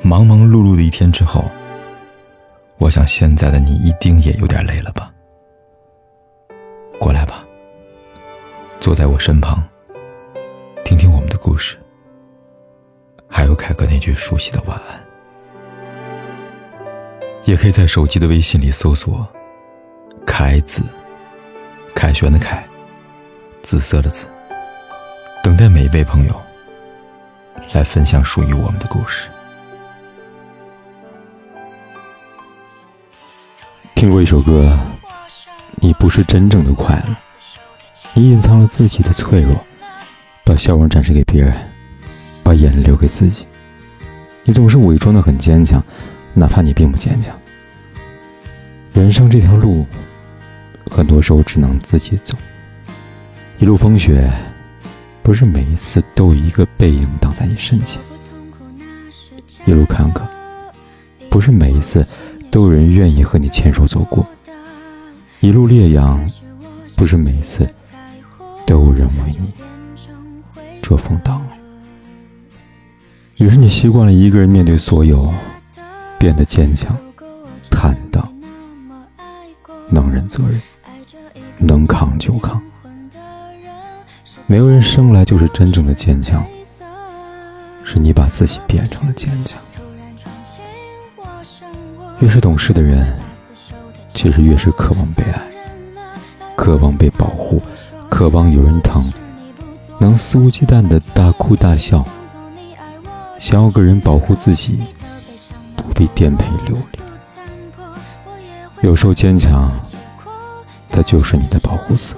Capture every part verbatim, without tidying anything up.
忙忙碌碌的一天之后，我想现在的你一定也有点累了吧。过来吧，坐在我身旁，听听我们的故事，还有凯哥那句熟悉的晚安。也可以在手机的微信里搜索凯子，凯旋的凯，紫色的紫，等待每一位朋友来分享属于我们的故事。听过一首歌，你不是真正的快乐，你隐藏了自己的脆弱，把笑容展示给别人，把眼泪留给自己。你总是伪装得很坚强，哪怕你并不坚强。人生这条路，很多时候只能自己走。一路风雪，不是每一次都有一个背影挡在你身前。一路坎坷，不是每一次都有人愿意和你牵手走过。一路烈阳，不是每一次都有人为你遮风挡雨。于是你习惯了一个人面对所有，变得坚强、坦荡，能忍则忍，能扛就扛。没有人生来就是真正的坚强，是你把自己变成了坚强。越是懂事的人，其实越是渴望被爱，渴望被保护，渴望有人疼，能肆无忌惮的大哭大笑，想要个人保护自己，不必颠沛流离。有时候坚强，它就是你的保护色。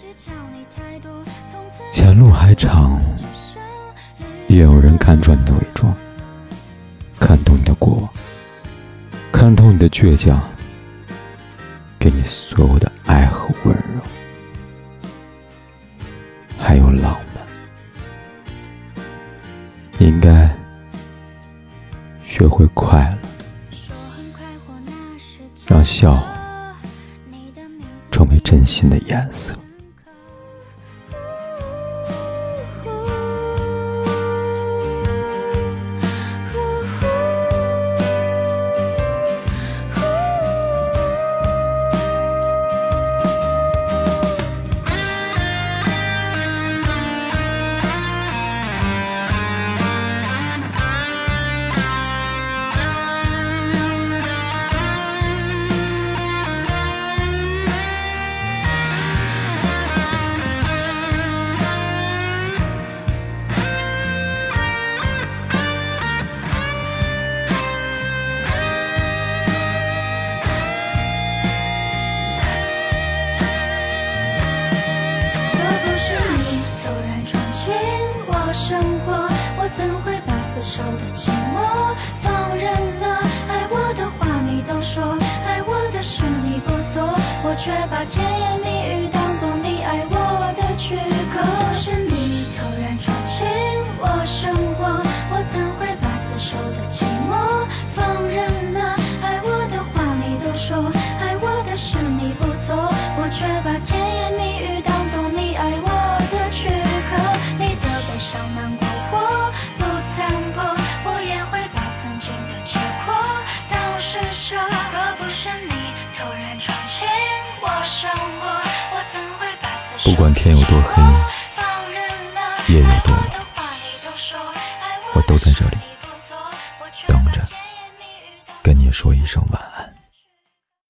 前路还长，也有人看穿你的伪装，看懂你的过往，看透你的倔强，给你所有的爱和温柔，还有浪漫。你应该学会快乐，让笑成为真心的颜色。 手的寂寞放任了，爱我的话你都说，爱我的是你不错，我却把甜言蜜语当作你爱我的躯壳。是你突然闯进我生活，我怎会把死守的寂寞放任了，爱我的话你都说，爱我的是你不错，我却把甜言蜜语当作你爱我的躯壳。你的悲伤难过我不残破，我也会把曾经的结果当施舍。若不是你突然闯进我生活，我怎会把死守不管天有多黑，夜有多晚，我都在这里等着跟你说一声晚安。